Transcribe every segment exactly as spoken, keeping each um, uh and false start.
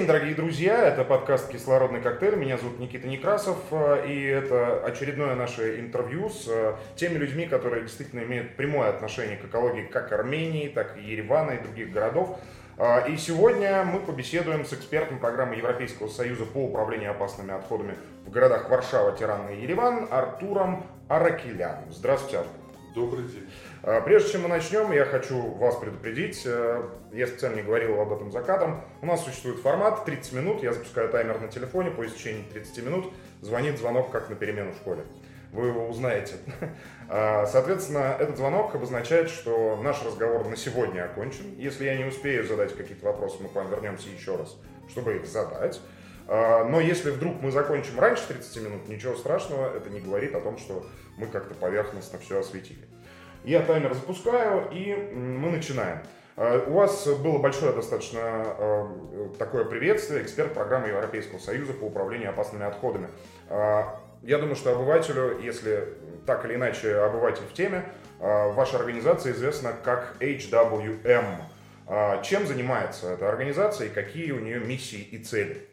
день, дорогие друзья, это подкаст «Кислородный коктейль», меня зовут Никита Некрасов, и это очередное наше интервью с теми людьми, которые действительно имеют прямое отношение к экологии как Армении, так и Еревана и других городов. И сегодня мы побеседуем с экспертом программы Европейского союза по управлению опасными отходами в городах Варшава, Тирана и Ереван Артуром Аракеляном. Здравствуйте, Артур. Добрый день. Прежде чем мы начнем, я хочу вас предупредить, я специально не говорил об этом за кадром. У нас существует формат тридцать минут, я запускаю таймер на телефоне, по истечении тридцати минут звонит звонок, как на перемену в школе. Вы его узнаете. Соответственно, этот звонок обозначает, что наш разговор на сегодня окончен. Если я не успею задать какие-то вопросы, мы к вам вернемся еще раз, чтобы их задать. Но если вдруг мы закончим раньше тридцати минут, ничего страшного, это не говорит о том, что мы как-то поверхностно все осветили. Я таймер запускаю, и мы начинаем. У вас было большое достаточно такое приветствие, эксперт программы Европейского союза по управлению опасными отходами. Я думаю, что обывателю, если так или иначе обыватель в теме, ваша организация известна как эйч дабл ю эм. Чем занимается эта организация и какие у нее миссии и цели?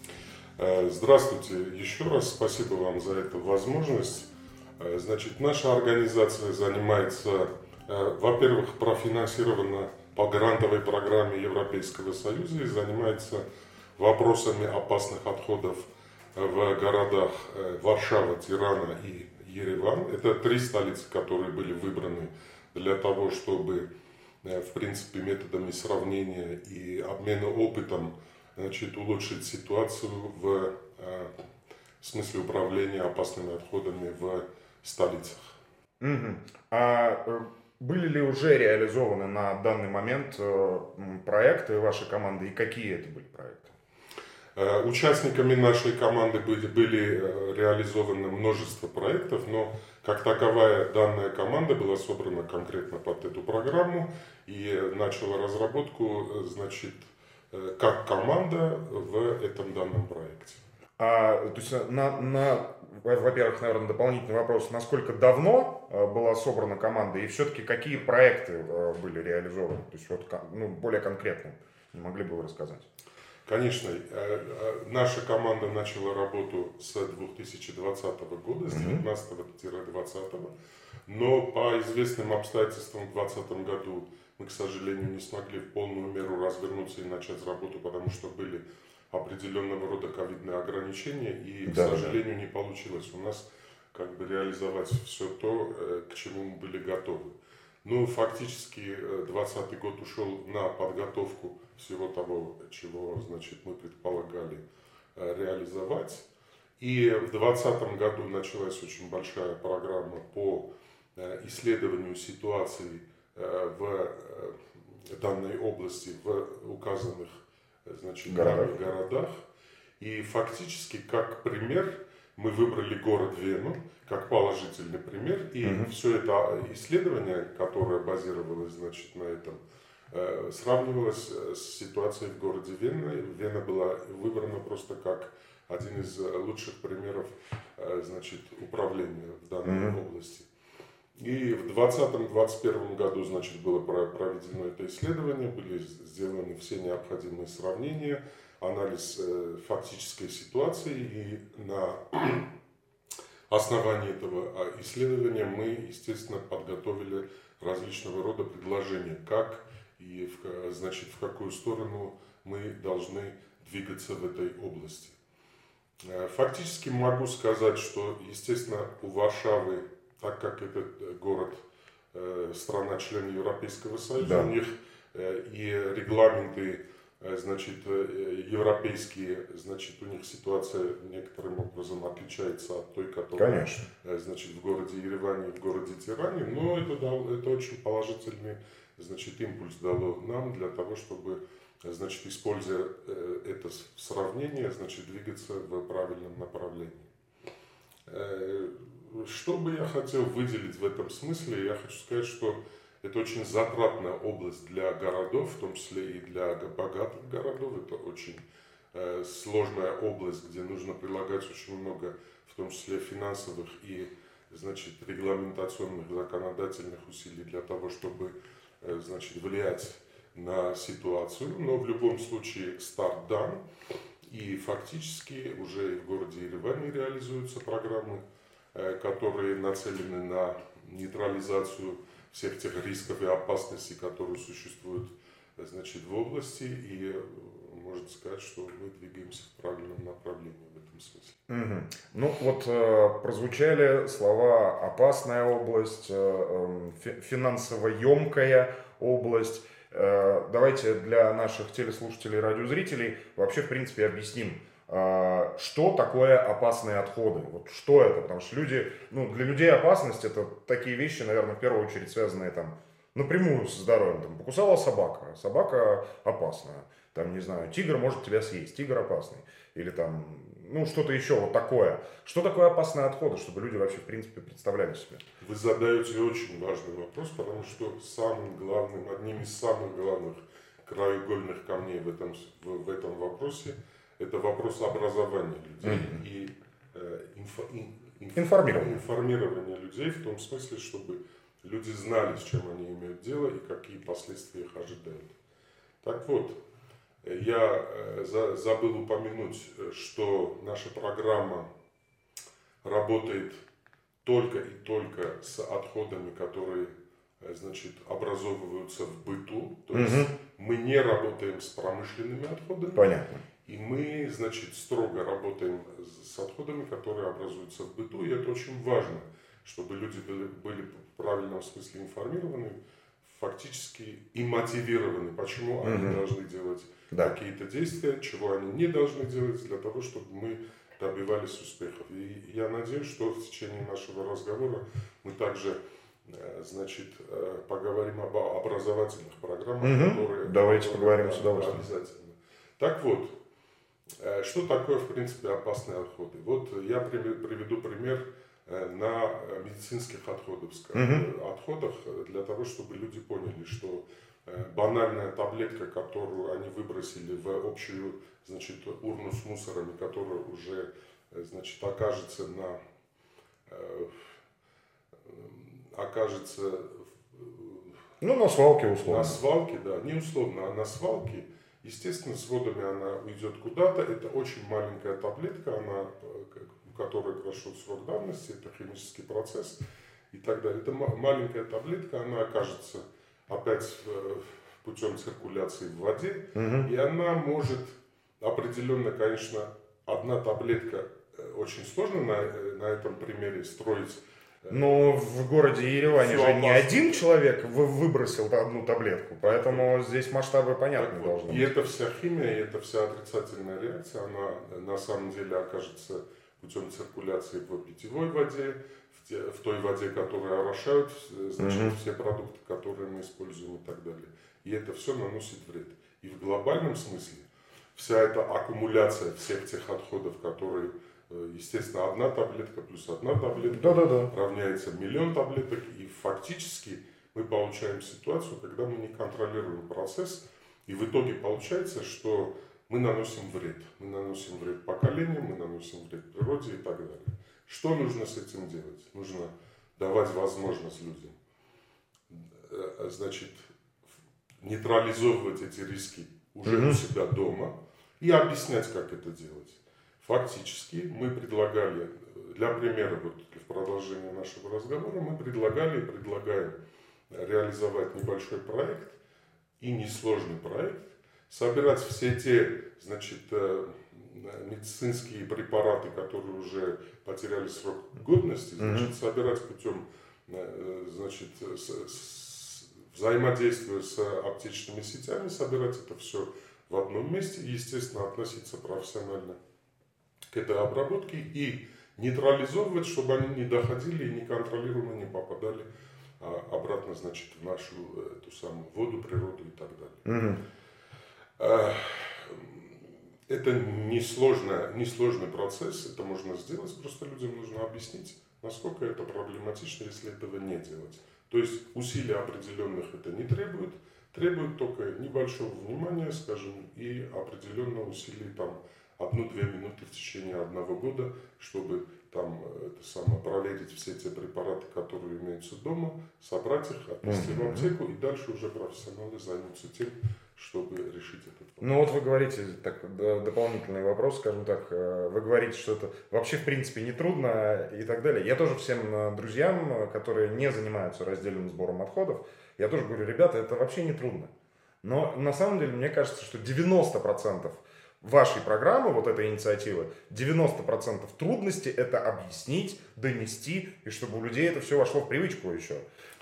Здравствуйте еще раз, спасибо вам за эту возможность. Значит, наша организация занимается, во-первых, профинансирована по грантовой программе Европейского союза и занимается вопросами опасных отходов в городах Варшава, Тирана и Ереван. Это три столицы, которые были выбраны для того, чтобы, в принципе, методами сравнения и обмена опытом, значит, улучшить ситуацию в, в смысле управления опасными отходами в столицах. Угу. А были ли уже реализованы на данный момент проекты вашей команды и какие это были проекты? Участниками нашей команды были, были реализованы множество проектов, но как таковая данная команда была собрана конкретно под эту программу и начала разработку, значит, как команда в этом данном проекте. А, то есть, на, на, во-первых, наверное, дополнительный вопрос, насколько давно была собрана команда и все-таки какие проекты были реализованы? То есть, вот, ну, более конкретно, не могли бы вы рассказать? Конечно, наша команда начала работу с две тысячи двадцатого года, с две тысячи девятнадцатого — двадцатого, но по известным обстоятельствам в две тысячи двадцатом году мы, к сожалению, не смогли в полную меру развернуться и начать работу, потому что были определенного рода ковидные ограничения, и, да, к сожалению, не получилось у нас как бы реализовать все то, к чему мы были готовы. Ну, фактически, двадцатый год ушел на подготовку всего того, чего, значит, мы предполагали реализовать. И в двадцатом году началась очень большая программа по исследованию ситуации в данной области, в указанных, значит, нами городах. И фактически, как пример, мы выбрали город Вену как положительный пример, и mm-hmm. все это исследование, которое базировалось, значит, на этом, э, сравнивалось с ситуацией в городе Вена. Вена была выбрана просто как один из лучших примеров, э, значит, управления в данной mm-hmm. области. И в двадцатом — двадцать первом году, значит, было проведено это исследование, были сделаны все необходимые сравнения, анализ э, фактической ситуации, и на основании этого исследования мы, естественно, подготовили различного рода предложения, как и, в, значит, в какую сторону мы должны двигаться в этой области. Фактически могу сказать, что, естественно, у Варшавы, так как этот город, страна член Европейского союза, да, у них и регламенты, значит, европейские, значит, у них ситуация некоторым образом отличается от той, которая, конечно, значит, в городе Ереване и в городе Тиране, но это, дало, это очень положительный, значит, импульс дало нам для того, чтобы, значит, используя это сравнение, значит, двигаться в правильном направлении. Что бы я хотел выделить в этом смысле, я хочу сказать, что это очень затратная область для городов, в том числе и для богатых городов. Это очень э, сложная область, где нужно прилагать очень много, в том числе финансовых и, значит, регламентационных, законодательных усилий для того, чтобы, э, значит, влиять на ситуацию, но в любом случае старт дан, и фактически уже в городе Ереване реализуются программы, которые нацелены на нейтрализацию всех тех рисков и опасностей, которые существуют, значит, в области, и можно сказать, что мы двигаемся в правильном направлении в этом смысле. Угу. Ну вот э, прозвучали слова «опасная область», э, э, «финансово емкая область». Э, давайте для наших телеслушателей и радиозрителей вообще, в принципе, объясним, э, что такое опасные отходы. Вот что это? Потому что люди, ну, для людей опасность — это такие вещи, наверное, в первую очередь связанные там напрямую со здоровьем. Там, покусала собака, собака опасная. Там, не знаю, тигр может тебя съесть, тигр опасный. Или там, ну, что-то еще вот такое. Что такое опасные отходы, чтобы люди вообще, в принципе, представляли себе? Вы задаете очень важный вопрос, потому что самым главным, одним из самых главных краеугольных камней в этом, в, в этом вопросе, это вопрос образования людей mm-hmm. и э, инфо, ин, инф, информирование. информирование людей в том смысле, чтобы люди знали, с чем они имеют дело и какие последствия их ожидают. Так вот, я забыл упомянуть, что наша программа работает только и только с отходами, которые, значит, образовываются в быту. То есть угу. мы не работаем с промышленными отходами. Понятно. И мы, значит, строго работаем с отходами, которые образуются в быту. И это очень важно, чтобы люди были, были в правильном смысле информированы, фактически и мотивированы, почему угу. они должны делать да. какие-то действия, чего они не должны делать для того, чтобы мы добивались успехов. И я надеюсь, что в течение нашего разговора мы также, значит, поговорим об образовательных программах, угу. которые... Давайте которые, поговорим да, с удовольствием. Обязательно. Так вот, что такое, в принципе, опасные отходы? Вот я приведу пример на медицинских отходах, угу. отходах для того, чтобы люди поняли, что банальная таблетка, которую они выбросили в общую, значит, урну с мусорами, которая уже, значит, окажется на окажется ну, на свалке условно. На свалке, да, не условно, а на свалке. Естественно, с водами она уйдет куда-то. Это очень маленькая таблетка, она, у которой прошел срок давности, это химический процесс и так далее. Это маленькая таблетка, она окажется опять путем циркуляции в воде, угу. и она может определенно, конечно, одна таблетка, очень сложно на, на этом примере строить. Но в городе Ереване же опасно. Не один человек выбросил одну таблетку, поэтому здесь масштабы понятны должны быть. И эта вся химия, и эта вся отрицательная реакция, она на самом деле окажется путем циркуляции в питьевой воде, в, те, в той воде, которая орошают, значит, угу. все продукты, которые мы используем и так далее. И это все наносит вред. И в глобальном смысле вся эта аккумуляция всех тех отходов, которые, естественно, одна таблетка плюс одна таблетка да, да, да. равняется миллион таблеток. И фактически мы получаем ситуацию, когда мы не контролируем процесс. И в итоге получается, что мы наносим вред. Мы наносим вред поколениям, мы наносим вред природе и так далее. Что нужно с этим делать? Нужно давать возможность людям, значит, нейтрализовывать эти риски уже mm-hmm. у себя дома и объяснять, как это делать. Фактически мы предлагали, для примера, вот в продолжение нашего разговора, мы предлагали и предлагаем реализовать небольшой проект и несложный проект, собирать все те, значит, медицинские препараты, которые уже потеряли срок годности, значит, mm-hmm. собирать путем, значит, с, с, взаимодействия с аптечными сетями, собирать это все в одном месте и, естественно, относиться профессионально к этой обработке и нейтрализовывать, чтобы они не доходили и неконтролируемо не попадали а, обратно, значит, в нашу эту самую воду, природу и так далее. Mm-hmm. Это несложный, несложный процесс, это можно сделать, просто людям нужно объяснить, насколько это проблематично, если этого не делать. То есть усилий определенных это не требует, требует только небольшого внимания, скажем, и определенного усилий там одну-две минуты в течение одного года, чтобы там, это самое, проверить все те препараты, которые имеются дома, собрать их, отнести mm-hmm. в аптеку, и дальше уже профессионалы займутся тем, чтобы решить этот вопрос. Ну вот вы говорите, так, дополнительный вопрос, скажем так, вы говорите, что это вообще в принципе не трудно и так далее. Я тоже всем друзьям, которые не занимаются раздельным сбором отходов, я тоже говорю, ребята, это вообще не трудно. Но на самом деле мне кажется, что девяносто процентов вашей программы, вот этой инициативы, девяносто процентов трудностей это объяснить, донести, и чтобы у людей это все вошло в привычку еще.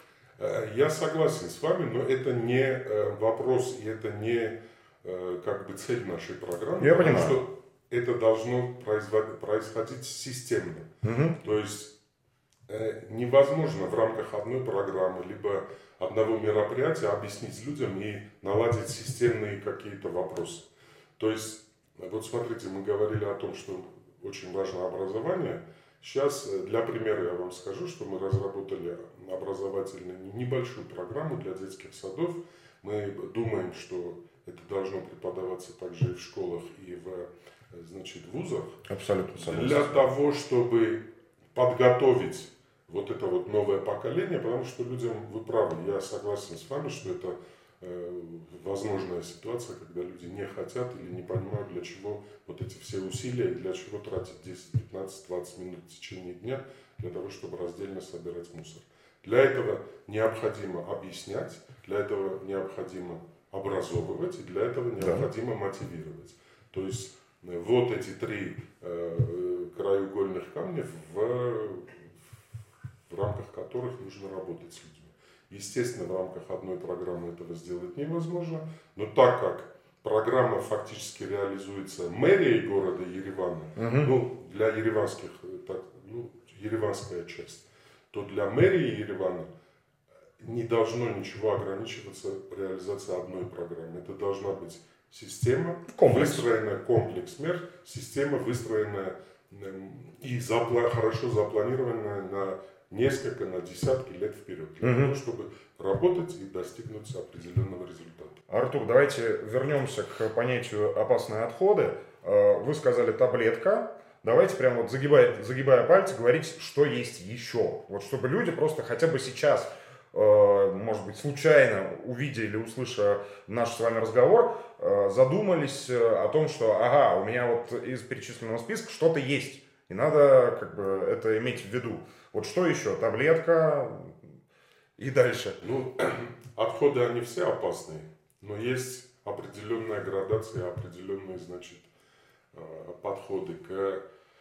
Я согласен с вами, но это не вопрос, и это не как бы цель нашей программы. Я потому понимаю. Что это должно происходить системно. Угу. То есть невозможно в рамках одной программы, либо одного мероприятия объяснить людям и наладить системные какие-то вопросы. То есть, вот смотрите, мы говорили о том, что очень важно образование. Сейчас, для примера, я вам скажу, что мы разработали образовательную небольшую программу для детских садов. Мы думаем, что это должно преподаваться также и в школах, и в, значит, вузах. Абсолютно согласен. Для того, чтобы подготовить вот это вот новое поколение, потому что людям, вы правы, я согласен с вами, что это э, возможная ситуация, когда люди не хотят или не понимают, для чего вот эти все усилия, и для чего тратить десять, пятнадцать, двадцать минут в течение дня для того, чтобы раздельно собирать мусор. Для этого необходимо объяснять, для этого необходимо образовывать, и для этого необходимо да. мотивировать. То есть вот эти три э, краеугольных камня, в, в рамках которых нужно работать с людьми. Естественно, в рамках одной программы этого сделать невозможно, но так как программа фактически реализуется мэрией города Еревана, угу. ну, для ереванских, так, ну, ереванская часть, то для мэрии Еревана не должно ничего ограничиваться реализацией одной программы. Это должна быть система, комплекс. выстроенная, комплекс мер, система, выстроенная и запла- хорошо запланированная на несколько, на десятки лет вперед, для угу. того, чтобы работать и достигнуть определенного результата. Артур, давайте вернемся к понятию опасные отходы. Вы сказали таблетка. Давайте прямо вот загибая, загибая пальцы говорить, что есть еще. Вот чтобы люди просто хотя бы сейчас, может быть, случайно увидя или услыша наш с вами разговор, задумались о том, что ага, у меня вот из перечисленного списка что-то есть. И надо как бы это иметь в виду. Вот что еще? Таблетка и дальше. Ну, отходы, они все опасные, но есть определенная градация, определенные, значит, подходы к,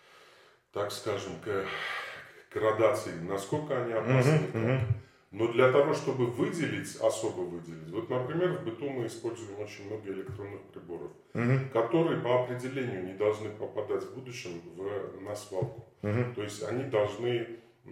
так скажем, к градации, насколько они опасны. Uh-huh, uh-huh. Но для того, чтобы выделить, особо выделить, вот, например, в быту мы используем очень много электронных приборов, uh-huh. которые по определению не должны попадать в будущем в, на свалку. Uh-huh. То есть они должны,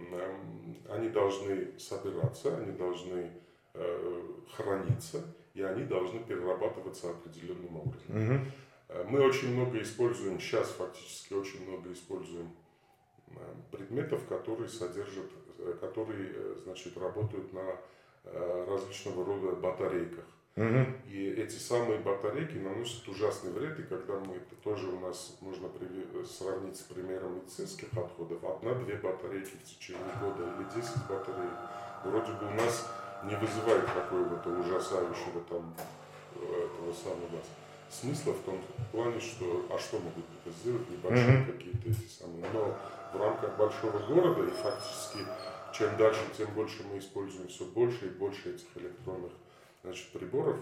они должны собираться, они должны э, храниться, и они должны перерабатываться определенным образом. Uh-huh. Мы очень много используем, сейчас фактически очень много используем предметов, которые содержат, которые, значит, работают на различного рода батарейках. Uh-huh. И эти самые батарейки наносят ужасный вред, и когда мы, это тоже у нас можно сравнить с примером медицинских отходов, одна-две батарейки в течение года или десять батареек, вроде бы у нас не вызывает какого-то ужасающего там этого самого смысла в том плане, что, а что могут это сделать небольшие mm-hmm. какие-то эти самые, но в рамках большого города, и фактически чем дальше, тем больше мы используем все больше и больше этих электронных, значит, приборов,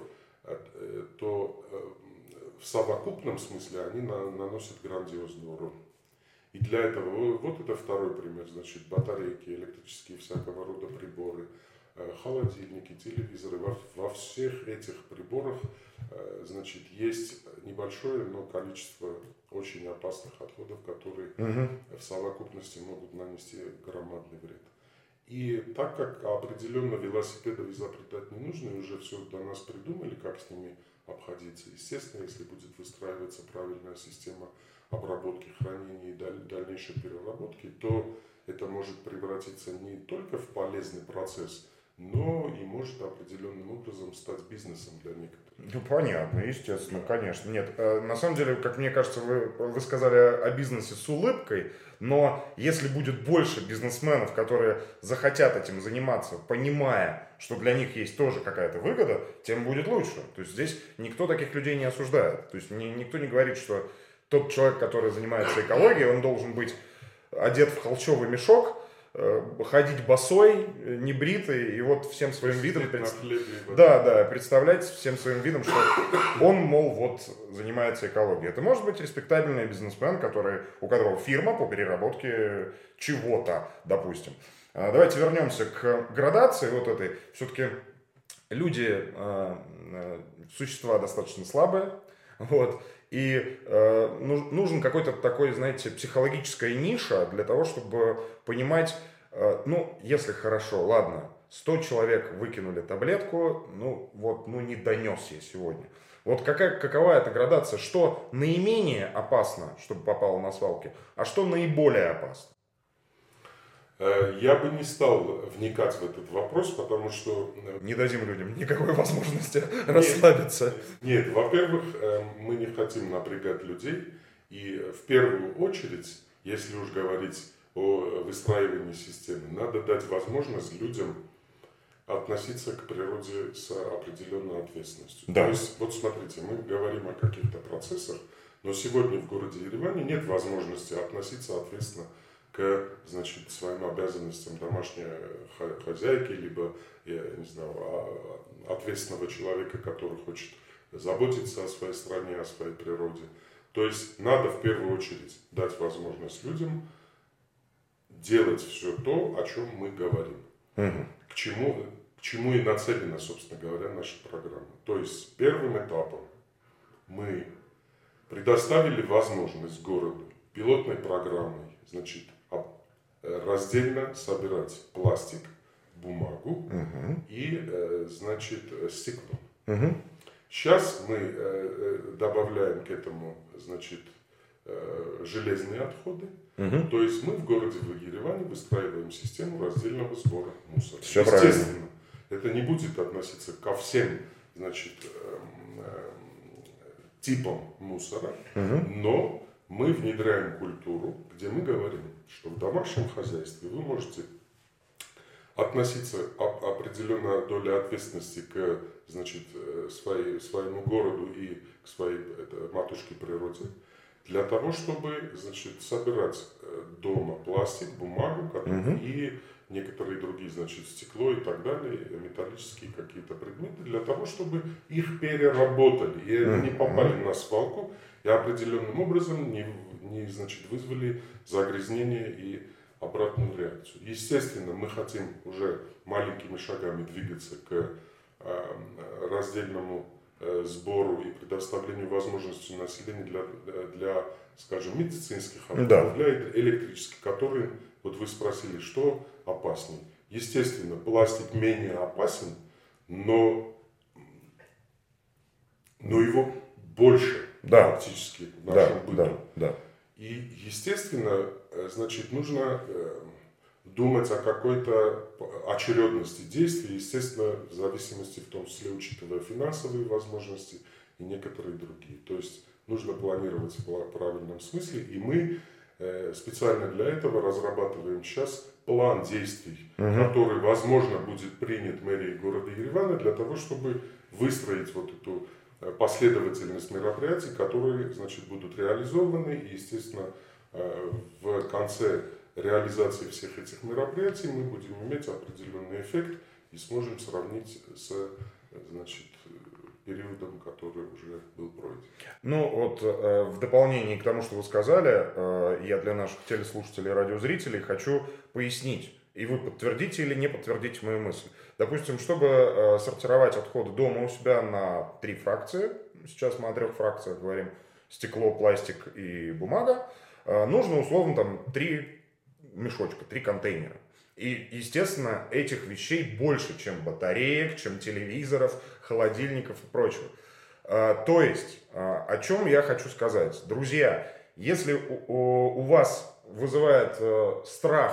то в совокупном смысле они на, наносят грандиозный урон. И для этого, вот это второй пример, значит, батарейки, электрические всякого рода приборы, холодильники, телевизоры, во, во всех этих приборах, значит, есть небольшое, но количество очень опасных отходов, которые угу. в совокупности могут нанести громадный вред. И так как определенно велосипедов изобретать не нужно, и уже все до нас придумали, как с ними обходиться, естественно, если будет выстраиваться правильная система обработки, хранения и дальнейшей переработки, то это может превратиться не только в полезный процесс но и может определенным образом стать бизнесом для некоторых. Ну, понятно, естественно, конечно. Нет, э, на самом деле, как мне кажется, вы, вы сказали о бизнесе с улыбкой, но если будет больше бизнесменов, которые захотят этим заниматься, понимая, что для них есть тоже какая-то выгода, тем будет лучше. То есть здесь никто таких людей не осуждает. То есть ни, никто не говорит, что тот человек, который занимается экологией, он должен быть одет в холщовый мешок, ходить босой, небритый, и вот всем своим видом пред... да, да, представлять всем своим видом, что он, мол, вот занимается экологией. Это может быть респектабельный бизнесмен, который, у которого фирма по переработке чего-то, допустим. Давайте вернемся к градации вот этой. Все-таки люди существа достаточно слабые, вот. И э, нужен какой-то такой, знаете, психологическая ниша для того, чтобы понимать, э, ну, если хорошо, ладно, сто человек выкинули таблетку, ну, вот, ну, не донес я сегодня. Вот какая, какова эта градация, что наименее опасно, чтобы попало на свалки, а что наиболее опасно? Я бы не стал вникать в этот вопрос, потому что... Не дадим людям никакой возможности нет, расслабиться. Нет, во-первых, мы не хотим напрягать людей. И в первую очередь, если уж говорить о выстраивании системы, надо дать возможность людям относиться к природе с определенной ответственностью. Да. То есть, вот смотрите, мы говорим о каких-то процессах, но сегодня в городе Ереване нет возможности относиться ответственно к, значит, своим обязанностям домашней хозяйки, либо, я не знаю, ответственного человека, который хочет заботиться о своей стране, о своей природе. То есть надо в первую очередь дать возможность людям делать все то, о чем мы говорим. Угу. К чему, к чему и нацелена, собственно говоря, наша программа. То есть первым этапом мы предоставили возможность городу пилотной программой, значит, раздельно собирать пластик, бумагу угу. и, значит, стекло. Угу. Сейчас мы добавляем к этому, значит, железные отходы. Угу. То есть мы в городе в Ереване выстраиваем систему раздельного сбора мусора. Все Естественно, правильно. Это не будет относиться ко всем, значит, типам мусора, угу. но мы внедряем культуру, где мы говорим, что в домашнем хозяйстве вы можете относиться определенной долей ответственности к, значит, своей, своему городу и к своей это, матушке природе, для того, чтобы, значит, собирать дома пластик, бумагу угу. и некоторые другие, значит, стекло и так далее, металлические какие-то предметы, для того, чтобы их переработали и угу. не попали на свалку и определенным образом не, не значит, вызвали загрязнение и обратную реакцию. Естественно, мы хотим уже маленькими шагами двигаться к э, раздельному э, сбору и предоставлению возможности населению для, для, скажем, медицинских отходов, да. для электрических, которые, вот вы спросили, что опаснее. Естественно, пластик менее опасен, но, но его больше да. практически в нашем да. быту. Да. Да. И, естественно, значит, нужно думать о какой-то очередности действий, естественно, в зависимости, в том числе, учитывая финансовые возможности и некоторые другие. То есть нужно планировать в правильном смысле, и мы специально для этого разрабатываем сейчас план действий, угу. который, возможно, будет принят мэрией города Еревана для того, чтобы выстроить вот эту последовательность мероприятий, которые, значит, будут реализованы. И, естественно, в конце реализации всех этих мероприятий мы будем иметь определенный эффект и сможем сравнить с, значит, периодом, который уже был пройден. Ну вот э, в дополнение к тому, что вы сказали, э, я для наших телеслушателей и радиозрителей хочу пояснить, и вы подтвердите или не подтвердите мою мысль. Допустим, чтобы э, сортировать отходы дома у себя на три фракции, сейчас мы о трех фракциях говорим, стекло, пластик и бумага, э, нужно условно там три мешочка, три контейнера. И, естественно, этих вещей больше, чем батареек, чем телевизоров, холодильников и прочего. Э, то есть, э, о чем я хочу сказать. Друзья, если у, у, у вас вызывает э, страх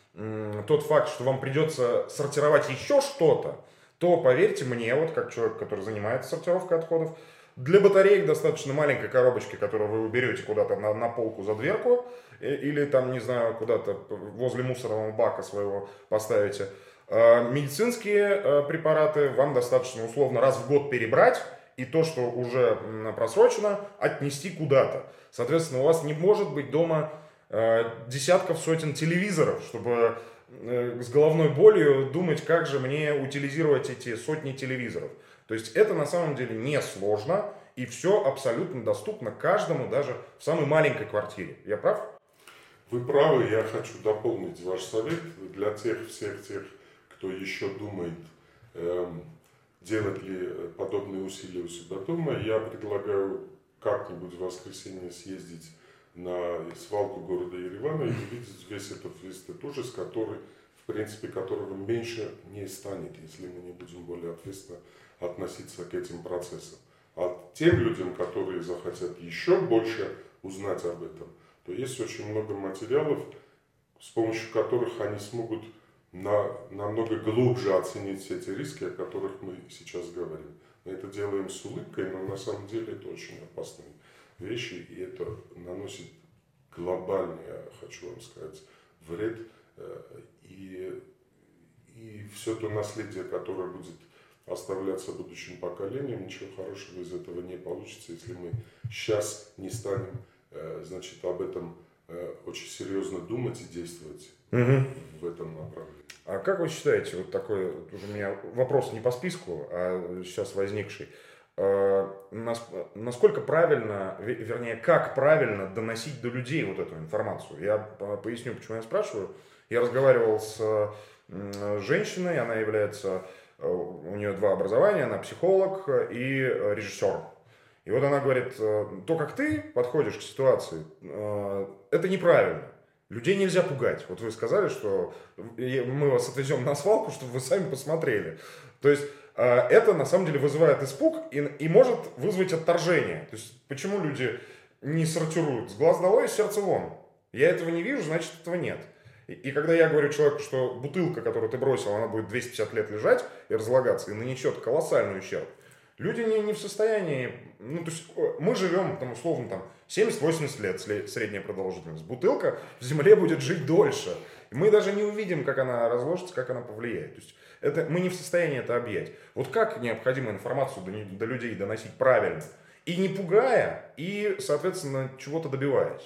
тот факт, что вам придется сортировать еще что-то, то, поверьте мне, вот как человек, который занимается сортировкой отходов, для батареек достаточно маленькой коробочки, которую вы уберете куда-то на, на полку за дверку, или там, не знаю, куда-то возле мусорного бака своего поставите. Медицинские препараты вам достаточно условно раз в год перебрать, и то, что уже просрочено, отнести куда-то. Соответственно, у вас не может быть дома десятков, сотен телевизоров, чтобы с головной болью думать, как же мне утилизировать эти сотни телевизоров. То есть это на самом деле не сложно, и все абсолютно доступно каждому, даже в самой маленькой квартире. Я прав? Вы правы, я хочу дополнить ваш совет для тех всех тех, кто еще думает, эм, делать ли подобные усилия у себя дома. Я предлагаю как-нибудь в воскресенье съездить на свалку города Еревана и увидеть весь этот, весь этот ужас, который, в принципе, которого меньше не станет, если мы не будем более ответственно относиться к этим процессам. А тем людям, которые захотят еще больше узнать об этом, то есть очень много материалов, с помощью которых они смогут на, намного глубже оценить все эти риски, о которых мы сейчас говорим. Мы это делаем с улыбкой, но на самом деле это очень опасные вещи, и это наносит глобальный, я хочу вам сказать, вред. И, и все то наследие, которое будет оставляться будущим поколениям, ничего хорошего из этого не получится, если мы сейчас не станем, значит, об этом очень серьезно думать и действовать угу. в этом направлении. А как вы считаете, вот такой уже у меня вопрос не по списку, а сейчас возникший, насколько правильно, вернее, как правильно доносить до людей вот эту информацию? Я поясню, почему я спрашиваю. Я разговаривал с женщиной, она является, у нее два образования, она психолог и режиссер. И вот она говорит, то, как ты подходишь к ситуации, это неправильно. Людей нельзя пугать. Вот вы сказали, что мы вас отвезем на свалку, чтобы вы сами посмотрели. То есть это на самом деле вызывает испуг и, и может вызвать отторжение. То есть почему люди не сортируют? С глаз долой, с сердца вон. Я этого не вижу, значит этого нет. И, и когда я говорю человеку, что бутылка, которую ты бросил, она будет двести пятьдесят лет лежать и разлагаться, и нанесет колоссальный ущерб, люди не, не в состоянии, ну, то есть мы живем, там, условно, там, семьдесят-восемьдесят лет средняя продолжительность. Бутылка в земле будет жить дольше. И мы даже не увидим, как она разложится, как она повлияет. То есть это, мы не в состоянии это объять. Вот как необходимо информацию до, до людей доносить правильно? И не пугая, и, соответственно, чего-то добиваясь.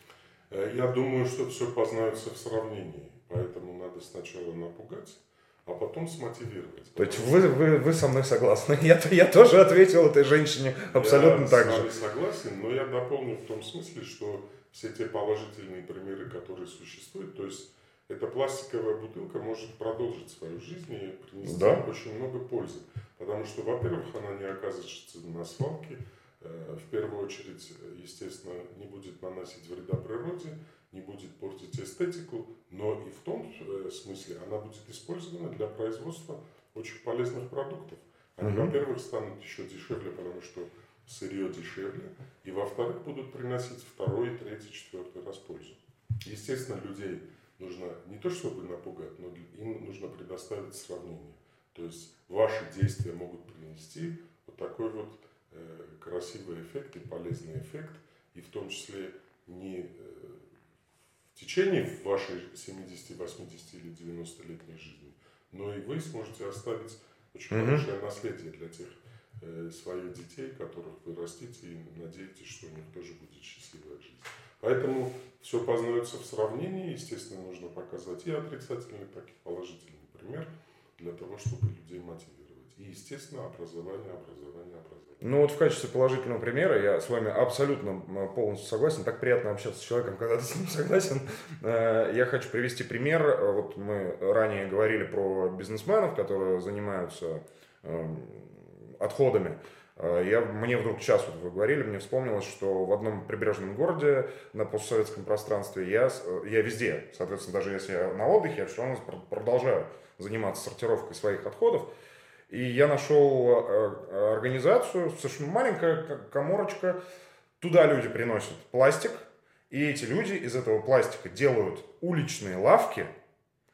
Я думаю, что все познается в сравнении. Поэтому надо сначала напугать, а потом смотивировать. То есть вы, вы, вы со мной согласны? Я, я тоже ответил этой женщине абсолютно я так же. Я с вами согласен, но я дополню в том смысле, что все те положительные примеры, которые существуют, то есть эта пластиковая бутылка может продолжить свою жизнь и принести да. очень много пользы. Потому что, во-первых, она не окажется на свалке, в первую очередь, естественно, не будет наносить вреда природе, не будет портить эстетику, но и в том смысле она будет использована для производства очень полезных продуктов. Они, угу. во-первых, станут еще дешевле, потому что сырье дешевле, и, во-вторых, будут приносить второй, третий, четвертый раз пользу. Естественно, людей нужно не то чтобы напугать, но им нужно предоставить сравнение. То есть ваши действия могут принести вот такой вот э, красивый эффект и полезный эффект, и в том числе не э, в течение вашей семидесяти, восьмидесяти или девяностолетней жизни, но и вы сможете оставить очень mm-hmm. хорошее наследие для тех э, своих детей, которых вы растите, и надеетесь, что у них тоже будет счастливая жизнь. Поэтому все познается в сравнении. Естественно, нужно показать и отрицательный, так и положительный пример для того, чтобы людей мотивировать. И, естественно, образование, образование, образование. Ну вот в качестве положительного примера я с вами абсолютно полностью согласен. Так приятно общаться с человеком, когда ты с ним согласен. Я хочу привести пример. Вот мы ранее говорили про бизнесменов, которые занимаются отходами. Я, мне вдруг сейчас, вот вы говорили, мне вспомнилось, что в одном прибрежном городе на постсоветском пространстве я, я везде, соответственно, даже если я на отдыхе, я все равно продолжаю заниматься сортировкой своих отходов. И я нашел организацию, совершенно маленькая каморочка, туда люди приносят пластик, и эти люди из этого пластика делают уличные лавки,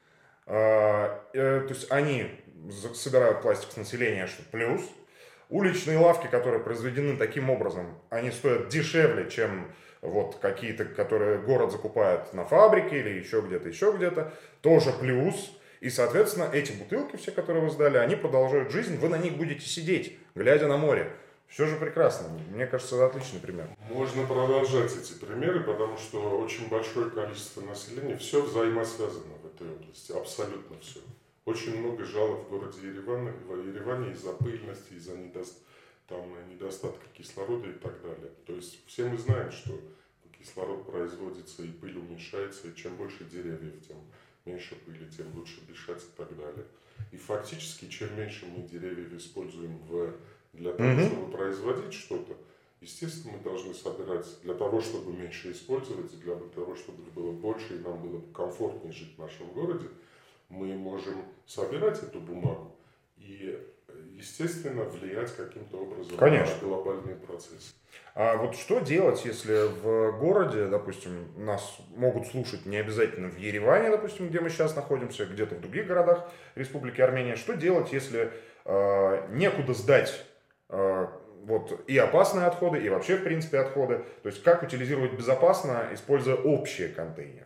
А, э, то есть они за- собирают пластик с населения, что плюс. Уличные лавки, которые произведены таким образом, они стоят дешевле, чем вот какие-то, которые город закупает на фабрике или еще где-то, еще где-то. Тоже плюс. И, соответственно, эти бутылки все, которые вы сдали, они продолжают жизнь, вы на них будете сидеть, глядя на море. Все же прекрасно. Мне кажется, это отличный пример. Можно продолжать эти примеры, потому что очень большое количество населения, все взаимосвязано в этой области, абсолютно все. Очень много жалоб в городе Ереване, в Ереване из-за пыльности, из-за недост... там, недостатка кислорода и так далее. То есть все мы знаем, что кислород производится и пыль уменьшается, и чем больше деревьев, тем меньше пыли, тем лучше дышать и так далее. И фактически, чем меньше мы деревьев используем в... для того, Мгм. чтобы производить что-то, естественно, мы должны собирать для того, чтобы меньше использовать, для того, чтобы их было больше и нам было комфортнее жить в нашем городе, мы можем собирать эту бумагу и, естественно, влиять каким-то образом Конечно. на глобальные процессы. А вот что делать, если в городе, допустим, нас могут слушать не обязательно в Ереване, допустим, где мы сейчас находимся, где-то в других городах Республики Армения, что делать, если э, некуда сдать э, вот и опасные отходы, и вообще, в принципе, отходы, то есть как утилизировать безопасно, используя общие контейнеры?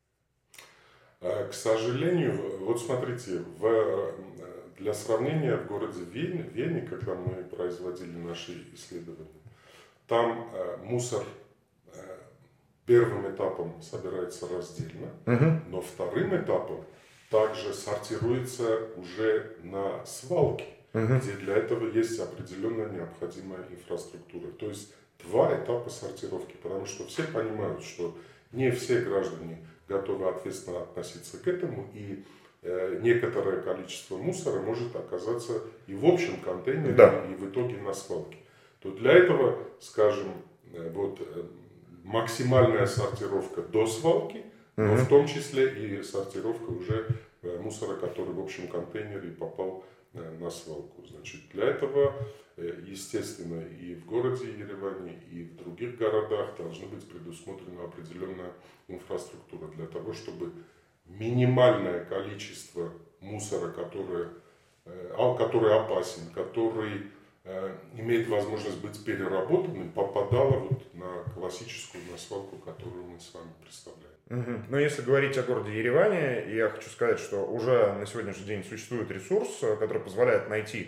А, К сожалению, вот смотрите, в, для сравнения в городе Вене, Вене, когда мы производили наши исследования, там э, мусор э, первым этапом собирается раздельно, Мгм. но вторым этапом также сортируется уже на свалке, Мгм. где для этого есть определенная необходимая инфраструктура. То есть два этапа сортировки, потому что все понимают, что не все граждане готовы ответственно относиться к этому, и э, некоторое количество мусора может оказаться и в общем контейнере, Да. и в итоге на свалке. То для этого, скажем, э, вот э, максимальная сортировка до свалки, но Мгм. в том числе и сортировка уже э, мусора, который в общем контейнере попал э, на свалку. Значит, для этого, э, естественно, и в городе Ереване, и в других городах должна быть предусмотрена определенная инфраструктура для того, чтобы минимальное количество мусора, которое, э, а, который опасен, который э, имеет возможность быть переработанным, попадало вот на классическую на свалку, которую мы с вами представляем. Мгм. Но если говорить о городе Ереване, я хочу сказать, что уже на сегодняшний день существует ресурс, э, который позволяет найти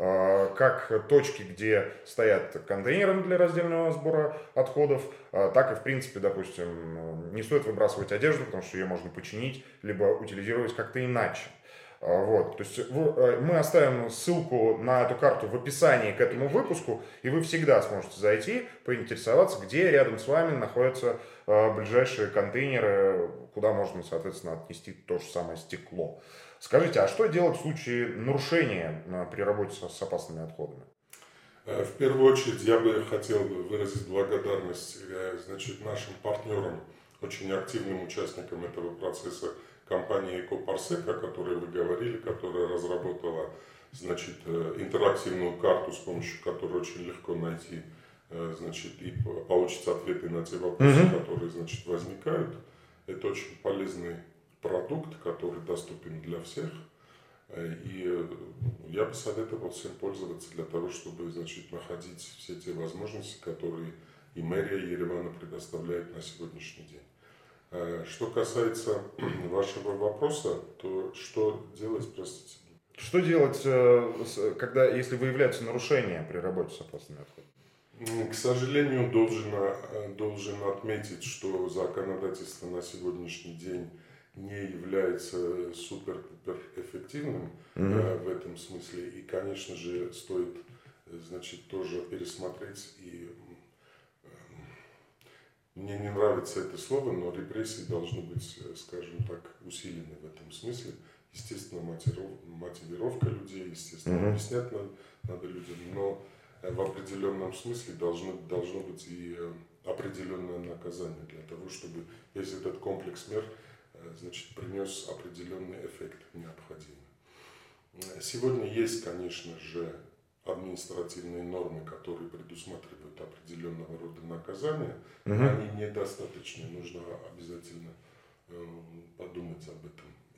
э, как точки, где стоят контейнеры для раздельного сбора отходов, э, так и, в принципе, допустим, э, не стоит выбрасывать одежду, потому что ее можно починить, либо утилизировать как-то иначе. А, Вот, то есть вы- э, мы оставим ссылку на эту карту в описании к этому выпуску, и вы всегда сможете зайти, поинтересоваться, где рядом с вами находятся э, ближайшие контейнеры, куда можно, соответственно, отнести то же самое стекло. Скажите, а что делать в случае нарушения э, при работе с, с опасными отходами? Э, В первую очередь я бы хотел бы выразить благодарность э, значит, нашим партнерам, очень активным участникам этого процесса, компании Экопарсек, о которой вы говорили, которая разработала значит, э, интерактивную карту, с помощью которой очень легко найти э, значит, и по- получить ответы на те вопросы, Мгм. которые значит, возникают. Это очень полезный продукт, который доступен для всех. Э, И э, я бы советовал всем пользоваться для того, чтобы значит, находить все те возможности, которые и мэрия Еревана предоставляет на сегодняшний день. Э, Что касается вашего вопроса, то что делать, простите? Что делать, э, с- когда, если выявляются нарушения при работе с опасными отходами? М, К сожалению, должен, э, должен отметить, что законодательство на сегодняшний день не является супер-пупер эффективным Мгм. э, в этом смысле. И, конечно же, стоит э, значит, тоже пересмотреть. И э, мне не нравится это слово, но репрессии должны быть, э, скажем так, усилены в этом смысле. Естественно, мотивиров- мотивировка людей, естественно, Мгм. объяснять надо, надо людям, но э, в определенном смысле должно, должно быть и э, определенное наказание для того, чтобы весь этот комплекс мер э, значит, принес определенный эффект необходимый. Э, Сегодня есть, конечно же, административные нормы, которые предусматривают определенного рода наказания, но Мгм. они недостаточны. Нужно обязательно э, подумать об этом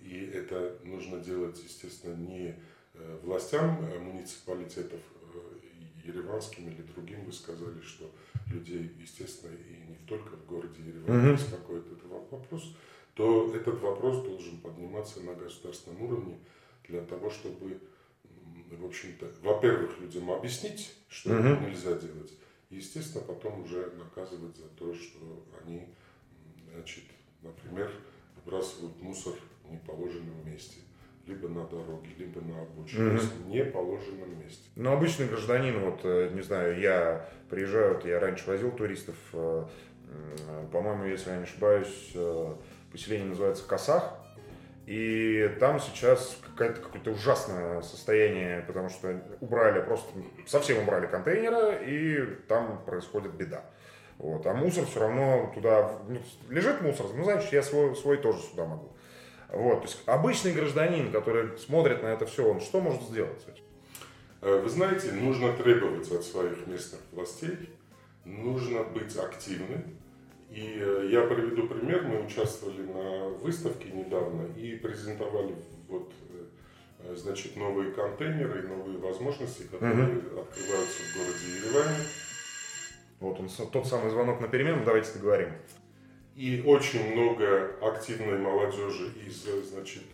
И это нужно делать, естественно, не властям муниципалитетов, ереванским или другим. Вы сказали, что людей, естественно, и не только в городе Ереван mm-hmm. беспокоит этот вопрос, то этот вопрос должен подниматься на государственном уровне для того, чтобы, в общем-то, во-первых, людям объяснить, что mm-hmm. это нельзя делать, и, естественно, потом уже наказывать за то, что они, значит, например, выбрасывают мусор в неположенном месте, либо на дороге, либо на обочине, mm-hmm. в неположенном месте. Ну, обычный гражданин, вот, не знаю, я приезжаю, вот я раньше возил туристов, по-моему, если я не ошибаюсь, поселение называется Касах, и там сейчас какое-то, какое-то ужасное состояние, потому что убрали, просто совсем убрали контейнеры, и там происходит беда. Вот. А мусор все равно туда, ну, лежит мусор, ну, значит, я свой, свой тоже сюда могу. Вот, то есть обычный гражданин, который смотрит на это все, он что может сделать с этим? Вы знаете, нужно требовать от своих местных властей, нужно быть активным. И я приведу пример, мы участвовали на выставке недавно и презентовали вот, значит, новые контейнеры и новые возможности, которые mm-hmm. открываются в городе Ереване. Вот он, тот самый звонок на перемену, давайте договорим. И очень много активной молодежи из, значит,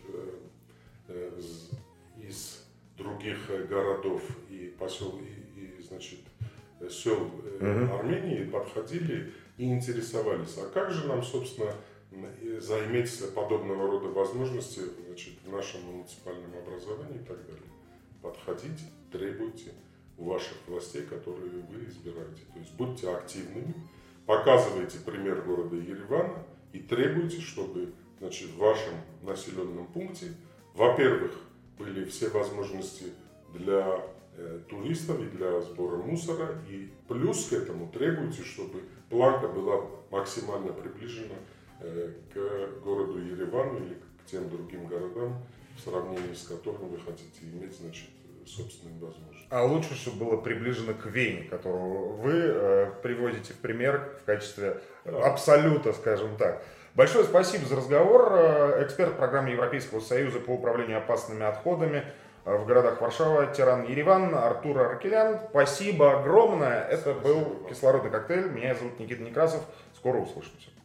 из других городов и посел, и, и, значит, сел mm-hmm. Армении подходили и интересовались, а как же нам, собственно, заиметь подобного рода возможности, значит, в нашем муниципальном образовании и так далее. Подходите, требуйте у ваших властей, которые вы избираете. То есть будьте активными, показывайте пример города Еревана и требуйте, чтобы, значит, в вашем населенном пункте, во-первых, были все возможности для э, туристов и для сбора мусора, и плюс к этому требуйте, чтобы планка была максимально приближена э, к городу Еревану или к тем другим городам, в сравнении с которыми вы хотите иметь, значит, собственные возможности. А лучше, чтобы было приближено к Вене, которую вы э, приводите в пример в качестве да. абсолюта, скажем так. Большое спасибо за разговор. Эксперт программы Европейского Союза по управлению опасными отходами в городах Варшава, Тиран, Ереван, Артур Аркелян. Спасибо огромное. Это спасибо был вам. Кислородный коктейль. Меня зовут Никита Некрасов. Скоро услышимся.